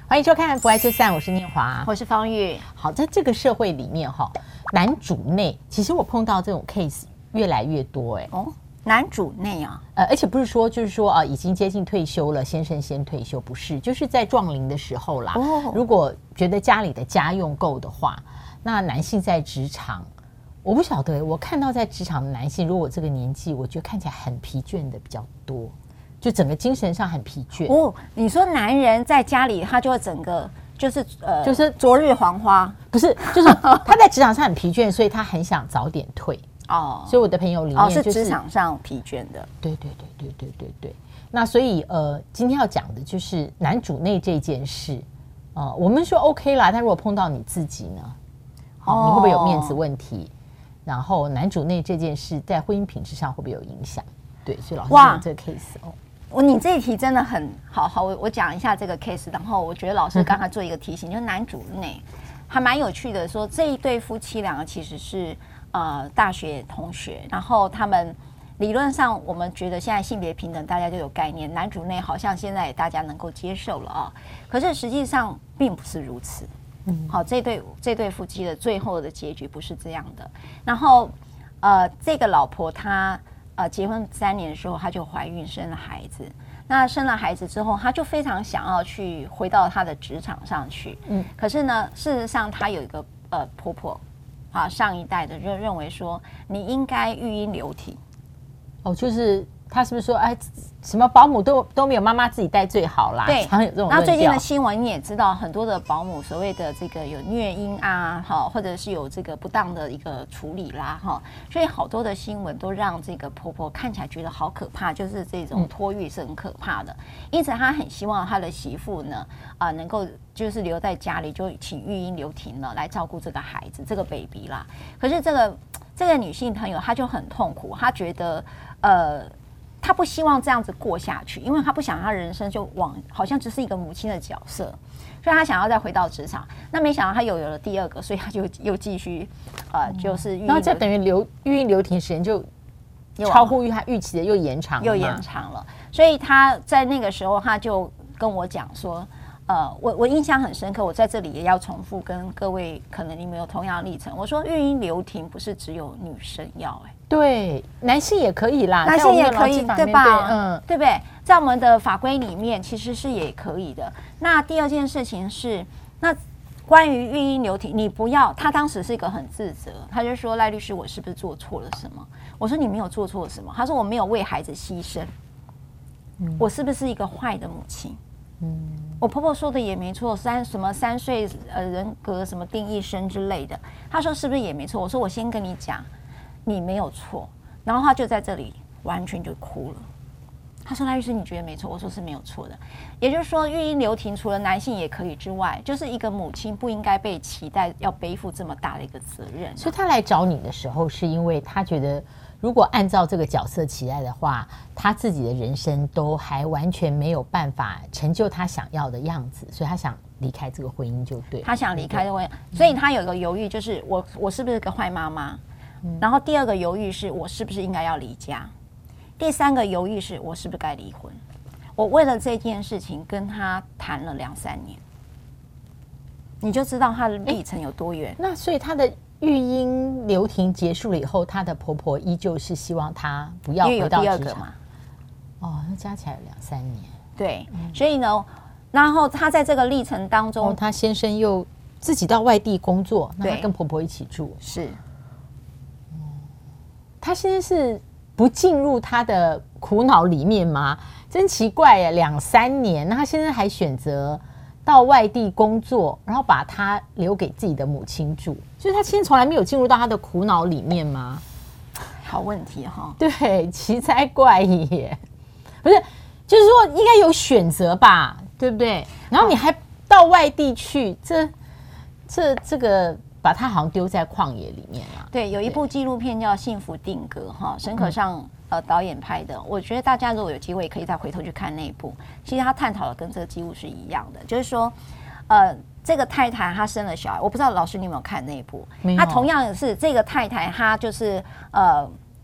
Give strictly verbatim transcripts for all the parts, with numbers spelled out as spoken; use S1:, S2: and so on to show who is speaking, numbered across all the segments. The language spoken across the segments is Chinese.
S1: 欢迎收看《不爱就散》，我是念华，
S2: 我是方玉。
S1: 好，在这个社会里面哈，男主内，其实我碰到这种 case 越来越多哎。
S2: 哦，男主内啊，
S1: 呃，而且不是说就是说啊、呃，已经接近退休了，先生先退休，不是，就是在壮龄的时候啦。哦，如果觉得家里的家用够的话，那男性在职场，我不晓得，我看到在职场的男性，如果这个年纪，我觉得看起来很疲倦的比较多。就整个精神上很疲倦
S2: 哦。你说男人在家里，他就会整个就是呃，就是昨日黄花，
S1: 不是，就是他在职场上很疲倦，所以他很想早点退哦。所以我的朋友里面、就是，
S2: 哦是职场上疲倦的，
S1: 对对对对对对对。那所以呃，今天要讲的就是男主内这件事，呃，我们说 OK 啦，但如果碰到你自己呢，好、哦，你会不会有面子问题？然后男主内这件事在婚姻品质上会不会有影响？对，所以老师讲这个 case 哦。
S2: 我你这一题真的很好，好，我我讲一下这个 case， 然后我觉得老师刚才做一个提醒，嗯、就是男主内还蛮有趣的，说这一对夫妻两个其实是呃大学同学，然后他们理论上我们觉得现在性别平等大家就有概念，男主内好像现在也大家能够接受了啊，可是实际上并不是如此。嗯，好，这对这对夫妻的最后的结局不是这样的。然后呃，这个老婆她。呃，结婚三年的时候，她就怀孕生了孩子。那生了孩子之后，她就非常想要去回到她的职场上去。嗯，可是呢，事实上她有一个呃婆婆，啊，上一代的就认为说，你应该育婴留停。
S1: 哦，就是她是不是说，哎，什么保姆都都没有妈妈自己带最好啦？
S2: 对，
S1: 常有这种。
S2: 然后最近的新闻你也知道，很多的保姆所谓的这个有虐婴啊，哈，或者是有这个不当的一个处理啦，哈，所以好多的新闻都让这个婆婆看起来觉得好可怕，就是这种托育是很可怕的。嗯、因此，她很希望她的媳妇呢，啊、呃，能够就是留在家里，就请育婴留停了，来照顾这个孩子，这个 baby 啦。可是这个这个女性朋友她就很痛苦，她觉得呃。她不希望这样子过下去，因为她不想她人生就往好像只是一个母亲的角色，所以她想要再回到职场。那没想到她又有了第二个，所以她就又继续呃，就是
S1: 然后这等于留育婴留停时间就超乎于她预期的，又延长了，
S2: 又延长了。所以她在那个时候，她就跟我讲说。呃，我我印象很深刻，我在这里也要重复跟各位，可能你们有同样的历程。我说育婴留停不是只有女生要、欸，哎，
S1: 对，男性也可以啦，
S2: 男性也可以，对吧？
S1: 对嗯，
S2: 对不对？在我们的法规里面，其实是也可以的。那第二件事情是，那关于育婴留停，你不要，他当时是一个很自责，他就说赖律师，我是不是做错了什么？我说你没有做错什么，他说我没有为孩子牺牲，嗯、我是不是一个坏的母亲？嗯，我婆婆说的也没错，三什么三岁呃人格什么定义生之类的，她说是不是也没错？我说我先跟你讲，你没有错。然后她就在这里完全就哭了。她说赖律师你觉得没错？我说是没有错的。也就是说，育婴留停除了男性也可以之外，就是一个母亲不应该被期待要背负这么大的一个责任、啊。
S1: 所以她来找你的时候，是因为她觉得。如果按照这个角色期待的话，他自己的人生都还完全没有办法成就他想要的样子，所以他想离开这个婚姻就对。
S2: 他想离开这个婚姻，所以他有一个犹豫，就是我我是不是个坏妈妈？嗯、然后第二个犹豫是我是不是应该要离家？第三个犹豫是我是不是该离婚？我为了这件事情跟他谈了两三年，你就知道他的历程有多远。
S1: 那所以他的。育婴留停结束了以后，她的婆婆依旧是希望她不要回到职场嘛？哦，那加起来有两三年。
S2: 对，嗯、所以呢，然后她在这个历程当中，
S1: 她、哦、先生又自己到外地工作，那她跟婆婆一起住。
S2: 是，
S1: 嗯，她现在是不进入她的苦恼里面吗？真奇怪耶，两三年，那她现在还选择。到外地工作，然后把他留给自己的母亲住，所以他其实从来没有进入到他的苦恼里面吗？
S2: 好问题哈、哦，
S1: 对，奇才怪异耶，不是，就是说应该有选择吧，对不对？然后你还到外地去，这这这个把他好像丢在旷野里面啊。
S2: 对，有一部纪录片叫《幸福定格》哈，沈可尚。嗯呃，导演拍的，我觉得大家如果有机会，可以再回头去看那一部。其实他探讨的跟这个几乎是一样的，就是说，呃，这个太太她生了小孩，我不知道老师你有没有看那一部？她同样也是这个太太，她就是呃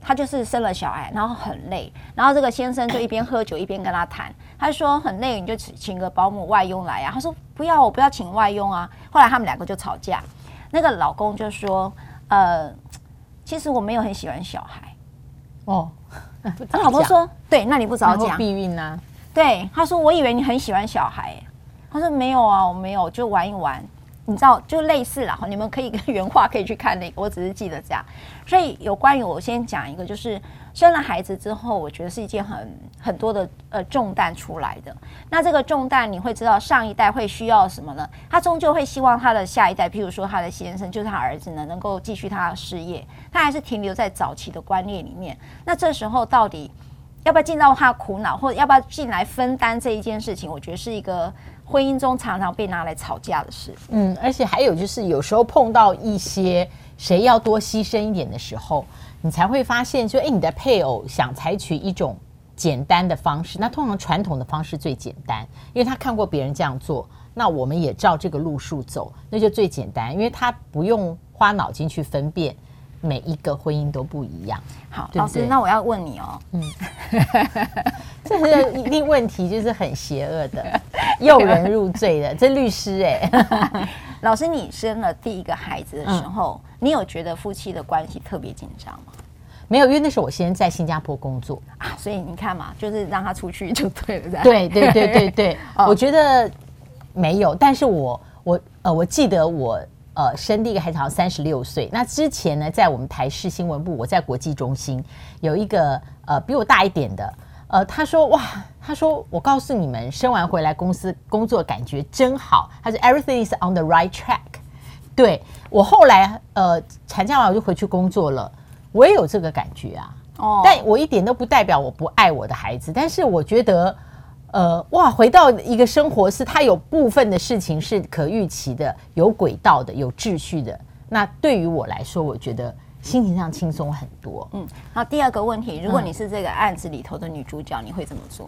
S2: 她就是生了小孩，然后很累，然后这个先生就一边喝酒一边跟她谈，他说很累你就请个保姆外佣来啊，她说不要，我不要请外佣啊。后来他们两个就吵架，那个老公就说，呃，其实我没有很喜欢小孩。哦，他老婆说，对，那你不早讲，
S1: 避孕啊？
S2: 对，他说我以为你很喜欢小孩，他说没有啊，我没有，就玩一玩。你知道，就类似啦，你们可以跟原话可以去看那个，我只是记得这样。所以有关于我先讲一个，就是生了孩子之后，我觉得是一件很很多的呃重担出来的。那这个重担你会知道上一代会需要什么呢？他终究会希望他的下一代，譬如说他的先生，就是他儿子呢，能够继续他的事业，他还是停留在早期的观念里面。那这时候到底要不要进到他苦恼，或者要不要进来分担这一件事情？我觉得是一个婚姻中常常被拿来吵架的事。
S1: 嗯，而且还有就是有时候碰到一些谁要多牺牲一点的时候，你才会发现说，哎，你的配偶想采取一种简单的方式，那通常传统的方式最简单，因为他看过别人这样做，那我们也照这个路数走，那就最简单，因为他不用花脑筋去分辨。每一个婚姻都不一样。
S2: 好，对对老师，那我要问你哦，嗯，
S1: 这是一定问题，就是很邪恶的，诱人入罪的。这律师哎、欸，
S2: 老师，你生了第一个孩子的时候，嗯、你有觉得夫妻的关系特别紧张吗？
S1: 没有，因为那时候我先在新加坡工作
S2: 啊，所以你看嘛，就是让他出去就对了。
S1: 对对对对对，哦、我觉得没有，但是我我呃，我记得我。呃，生第一个孩子好像三十六岁。那之前呢，在我们台视新闻部，我在国际中心有一个呃比我大一点的，呃，他说哇，他说我告诉你们，生完回来公司工作感觉真好。他说 everything is on the right track。对，我后来呃产假完我就回去工作了，我也有这个感觉啊。哦，但我一点都不代表我不爱我的孩子，但是我觉得。呃，哇，回到一个生活是它有部分的事情是可预期的，有轨道的，有秩序的。那对于我来说，我觉得心情上轻松很多。
S2: 嗯，好，第二个问题，如果你是这个案子里头的女主角，嗯、你会怎么做？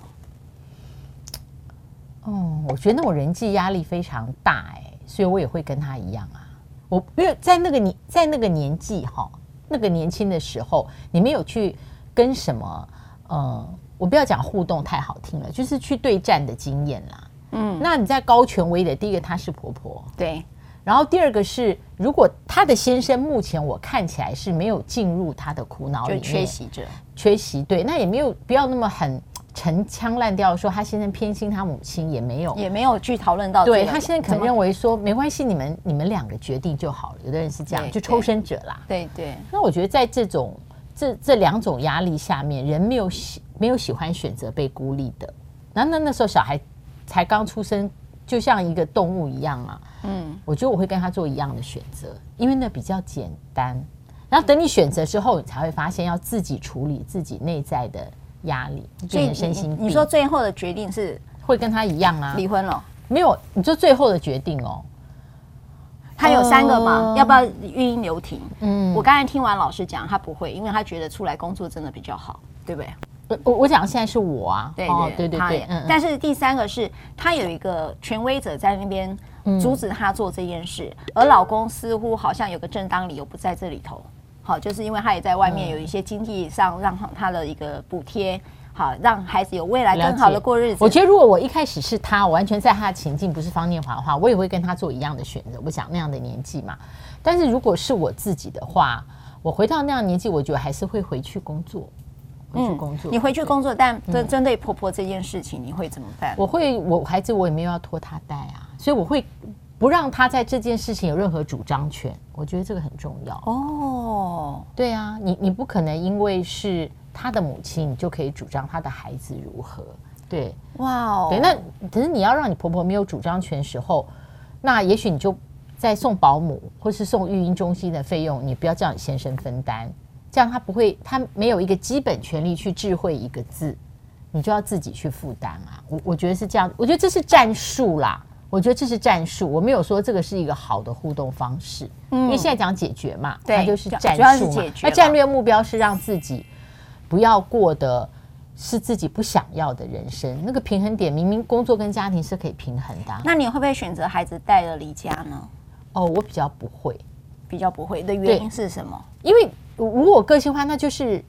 S1: 哦，我觉得那种人际压力非常大哎、欸，所以我也会跟她一样啊。我因为在那个年在那个年纪哈，那个年轻的时候，你没有去跟什么呃。我不要讲互动太好听了，就是去对战的经验啦。嗯，那你在高权威的，第一个她是婆婆，
S2: 对，
S1: 然后第二个是，如果她的先生目前我看起来是没有进入她的苦恼里面，
S2: 就缺席着，
S1: 缺席，对，那也没有不要那么很陈腔滥调说她先生偏心她母亲，也没有，
S2: 也没有去讨论到、这个，
S1: 对她现在可能认为说没关系，你们你们两个决定就好了。有的人是这样，就抽身者啦，
S2: 对 对, 对。
S1: 那我觉得在这种。这这两种压力下面，人没有喜没有喜欢选择被孤立的。然后那那时候小孩才刚出生，就像一个动物一样嘛。嗯，我觉得我会跟他做一样的选择，因为那比较简单。然后等你选择之后，你才会发现要自己处理自己内在的压力，变成身心病。
S2: 你说最后的决定是
S1: 会跟他一样啊？
S2: 离婚了？
S1: 没有，你说最后的决定哦。
S2: 他有三个嘛？呃、要不要育婴留停？嗯，我刚才听完老师讲，他不会，因为他觉得出来工作真的比较好，对不对？
S1: 我我讲现在是我啊，
S2: 对对、哦、
S1: 对对对。嗯、
S2: 但是第三个是他有一个权威者在那边阻止他做这件事，嗯、而老公似乎好像有个正当理由不在这里头。好，就是因为他也在外面有一些经济上让他的一个补贴。好，让孩子有未来更好的过日子。
S1: 我觉得如果我一开始是他，我完全在他的情境不是方念华的话，我也会跟他做一样的选择。我想那样的年纪嘛，但是如果是我自己的话，我回到那样的年纪，我觉得还是会回去工作，回去工作。
S2: 嗯、你回去工作，但针针对婆婆这件事情，你会怎么办？
S1: 我会，我孩子我也没有要拖他带啊，所以我会不让他在这件事情有任何主张权。我觉得这个很重要。哦，对啊，你你不可能因为是。他的母亲，你就可以主张他的孩子如何？对，哇哦，对，那可是你要让你婆婆没有主张权时候，那也许你就在送保姆或是送育婴中心的费用，你不要叫你先生分担，这样他不会，他没有一个基本权利去智慧一个字，你就要自己去负担啊。我我觉得是这样，我觉得这是战术啦。我觉得这是战术，我没有说这个是一个好的互动方式，嗯、因为现在讲解决嘛，它就是战术嘛。那战略目标是让自己。不要过的是自己不想要的人生，那个平衡点明明工作跟家庭是可以平衡的、啊。
S2: 那你会不会选择孩子带了离家呢？
S1: 哦，我比较不会，
S2: 比较不会的原因是什么？
S1: 因为如果个性化，那就是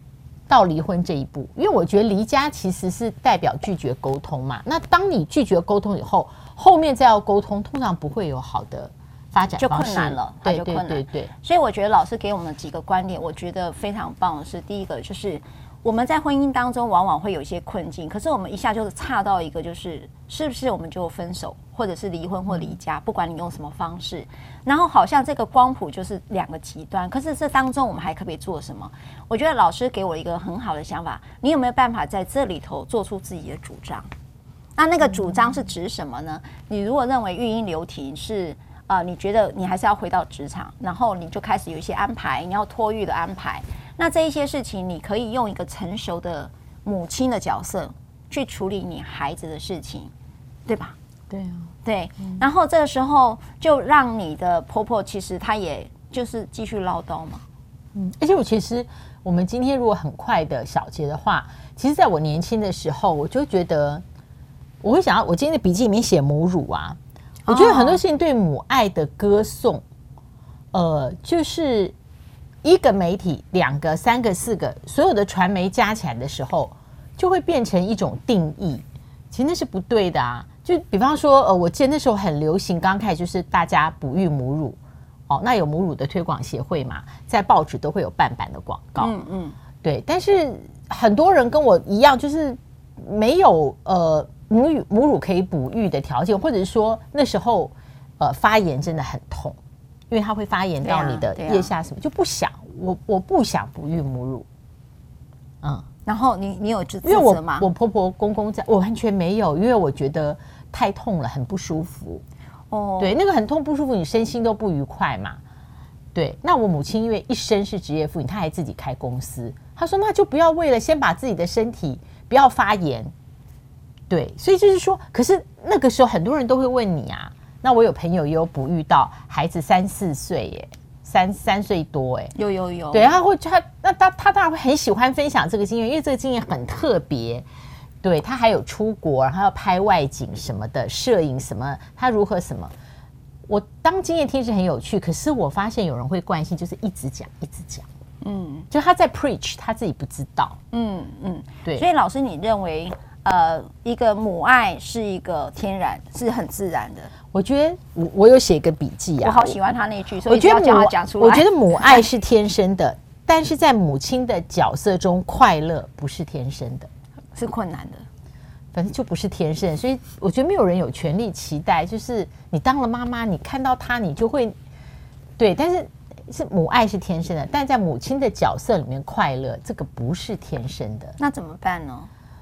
S1: 到离婚这一步，因为我觉得离家其实是代表拒绝沟通嘛。那当你拒绝沟通以后，后面再要沟通，通常不会有好的发展方式，
S2: 就困难了，
S1: 对
S2: 就困难。
S1: 对对对。
S2: 所以我觉得老师给我们的几个观点，我觉得非常棒的是，第一个就是我们在婚姻当中往往会有一些困境，可是我们一下就是差到一个，就是是不是我们就分手，或者是离婚或离家，不管你用什么方式，然后好像这个光谱就是两个极端，可是这当中我们还可以做什么？我觉得老师给我一个很好的想法，你有没有办法在这里头做出自己的主张？那那个主张是指什么呢？你如果认为育婴留停是呃，你觉得你还是要回到职场，然后你就开始有一些安排，你要托育的安排。那这一些事情，你可以用一个成熟的母亲的角色去处理你孩子的事情，对吧？
S1: 对啊，
S2: 对。嗯、然后这个时候就让你的婆婆其实她也就是继续唠叨嘛。
S1: 嗯，而且我其实我们今天如果很快的小结的话，其实在我年轻的时候，我就觉得我会想要，我今天的笔记里面写母乳啊，我觉得很多事情对母爱的歌颂，呃，就是一个媒体、两个、三个、四个，所有的传媒加起来的时候，就会变成一种定义。其实那是不对的啊。就比方说，呃，我记得那时候很流行，刚开始就是大家哺育母乳，哦，那有母乳的推广协会嘛，在报纸都会有半版的广告，嗯嗯，对。但是很多人跟我一样，就是没有呃母乳母乳可以哺育的条件，或者是说那时候呃发炎真的很痛。因为它会发炎到你的腋下什么，啊啊、就不想我我不想哺育母乳，嗯，
S2: 然后你你有自
S1: 责
S2: 吗？
S1: 我婆婆公公在，我完全没有，因为我觉得太痛了，很不舒服。哦，对，那个很痛不舒服，你身心都不愉快嘛。对，那我母亲因为一生是职业妇女，她还自己开公司，她说那就不要为了先把自己的身体不要发炎。对，所以就是说，可是那个时候很多人都会问你啊。那我有朋友也有哺育到孩子三四岁耶，三三岁多哎，
S2: 有有有，
S1: 对，他会他那他他当然会很喜欢分享这个经验，因为这个经验很特别。对，他还有出国，然后要拍外景什么的，摄影什么，他如何什么。我当经验听是很有趣，可是我发现有人会惯性，就是一直讲一直讲，嗯，就他在 preach， 他自己不知道，
S2: 嗯嗯，
S1: 对。
S2: 所以老师，你认为？呃，一个母爱是一个天然，是很自然的。
S1: 我觉得我我有写一个笔记啊，
S2: 我好喜欢他那句，所以我要叫他讲出来。
S1: 我觉得母爱是天生的，但是在母亲的角色中，快乐不是天生的，
S2: 是困难的。
S1: 反正就不是天生，所以我觉得没有人有权利期待，就是你当了妈妈，你看到她，你就会对，但是是母爱是天生的，但在母亲的角色里面，快乐这个不是天生的。
S2: 那怎么办呢？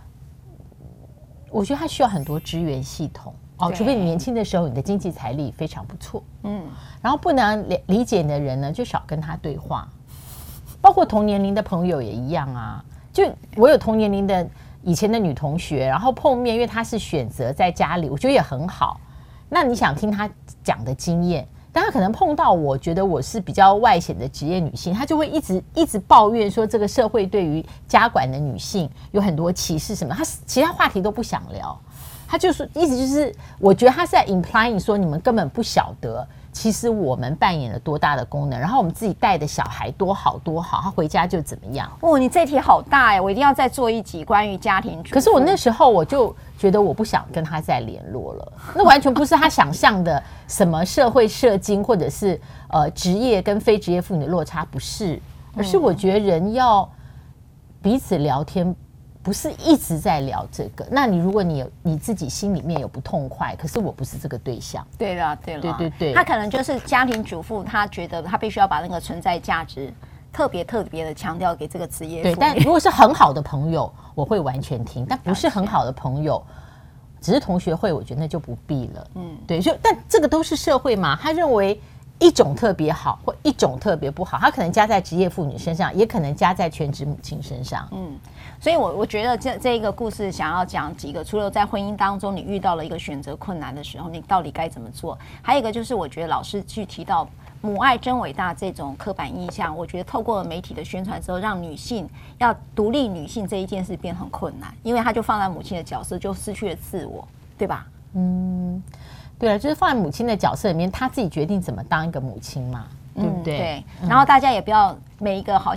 S1: 我觉得它需要很多支援系统哦，除非你年轻的时候你的经济财力非常不错，嗯，然后不能理解你的人呢，就少跟他对话，包括同年龄的朋友也一样啊。就我有同年龄的以前的女同学，然后碰面，因为她是选择在家里，我觉得也很好。那你想听她讲的经验，但她可能碰到我觉得我是比较外显的职业女性，她就会一直一直抱怨说这个社会对于家管的女性有很多歧视什么，她其他话题都不想聊，她就说意思就是，我觉得她是在 implying 说你们根本不晓得，其实我们扮演了多大的功能，然后我们自己带的小孩多好多好，他回家就怎么样。
S2: 哦，你这题好大哎，我一定要再做一集关于家庭主妇。
S1: 可是我那时候我就觉得我不想跟他再联络了，那完全不是他想象的什么社会社经或者是呃职业跟非职业妇女的落差，不是，而是我觉得人要彼此聊天。不是一直在聊这个，那你如果你有你自己心里面有不痛快，可是我不是这个对象。
S2: 对了，对了，
S1: 对对对，
S2: 他可能就是家庭主妇，他觉得他必须要把那个存在价值特别特别的强调给这个职业妇女。
S1: 对，但如果是很好的朋友，我会完全听；但不是很好的朋友，只是同学会，我觉得那就不必了。嗯，对，就但这个都是社会嘛，他认为一种特别好或一种特别不好，他可能加在职业妇女身上，也可能加在全职母亲身上。嗯。
S2: 所以我，我觉得这这一个故事想要讲几个，除了在婚姻当中你遇到了一个选择困难的时候，你到底该怎么做？还有一个就是，我觉得老师去提到母爱真伟大这种刻板印象，我觉得透过媒体的宣传之后，让女性要独立女性这一件事变很困难，因为她就放在母亲的角色，就失去了自我，对吧？嗯，
S1: 对了，就是放在母亲的角色里面，她自己决定怎么当一个母亲嘛。对不对？
S2: 嗯、对，然后大家也不要每一个好像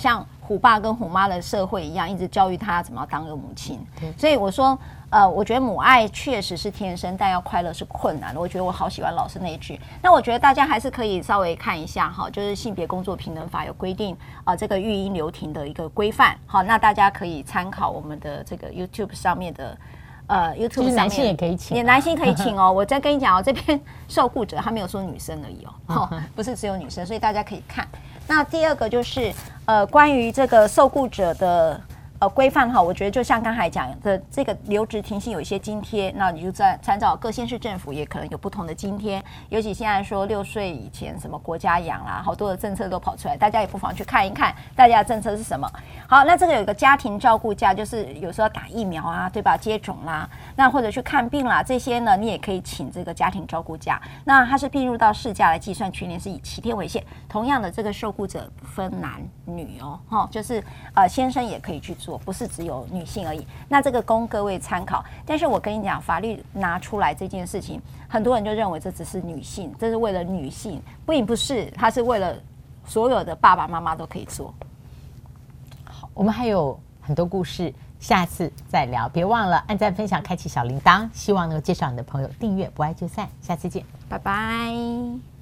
S2: 虎爸跟虎妈的社会一样，一直教育他怎么样当个母亲。所以我说，呃，我觉得母爱确实是天生，但要快乐是困难的。我觉得我好喜欢老师那一句。那我觉得大家还是可以稍微看一下哈，就是性别工作平等法有规定啊、呃，这个育婴留停的一个规范。好，那大家可以参考我们的这个 YouTube 上面的。呃 ，YouTube 上面
S1: 男性也可以请、啊，
S2: 也男性可以请哦。我再跟你讲哦，这边受雇者他没有说女生而已哦，哦不是只有女生，所以大家可以看。那第二个就是呃，关于这个受雇者的呃规范哈，我觉得就像刚才讲的，这个留职停薪有一些津贴，那你就在参照各县市政府也可能有不同的津贴，尤其现在说六岁以前什么国家养啦，好多的政策都跑出来，大家也不妨去看一看，大家的政策是什么。好，那这个有一个家庭照顾假，就是有时候打疫苗啊，对吧？接种啦，那或者去看病啦，这些呢，你也可以请这个家庭照顾假。那它是并入到事假来计算，全年是以七天为限。同样的，这个受雇者不分男女哦，哈，就是呃先生也可以去做，不是只有女性而已。那这个供各位参考。但是我跟你讲，法律拿出来这件事情，很多人就认为这只是女性，这是为了女性，并不是，它是为了所有的爸爸妈妈都可以做。
S1: 我们还有很多故事，下次再聊。别忘了按赞、分享、开启小铃铛，希望能够介绍你的朋友订阅，不爱就散。下次见，
S2: 拜拜。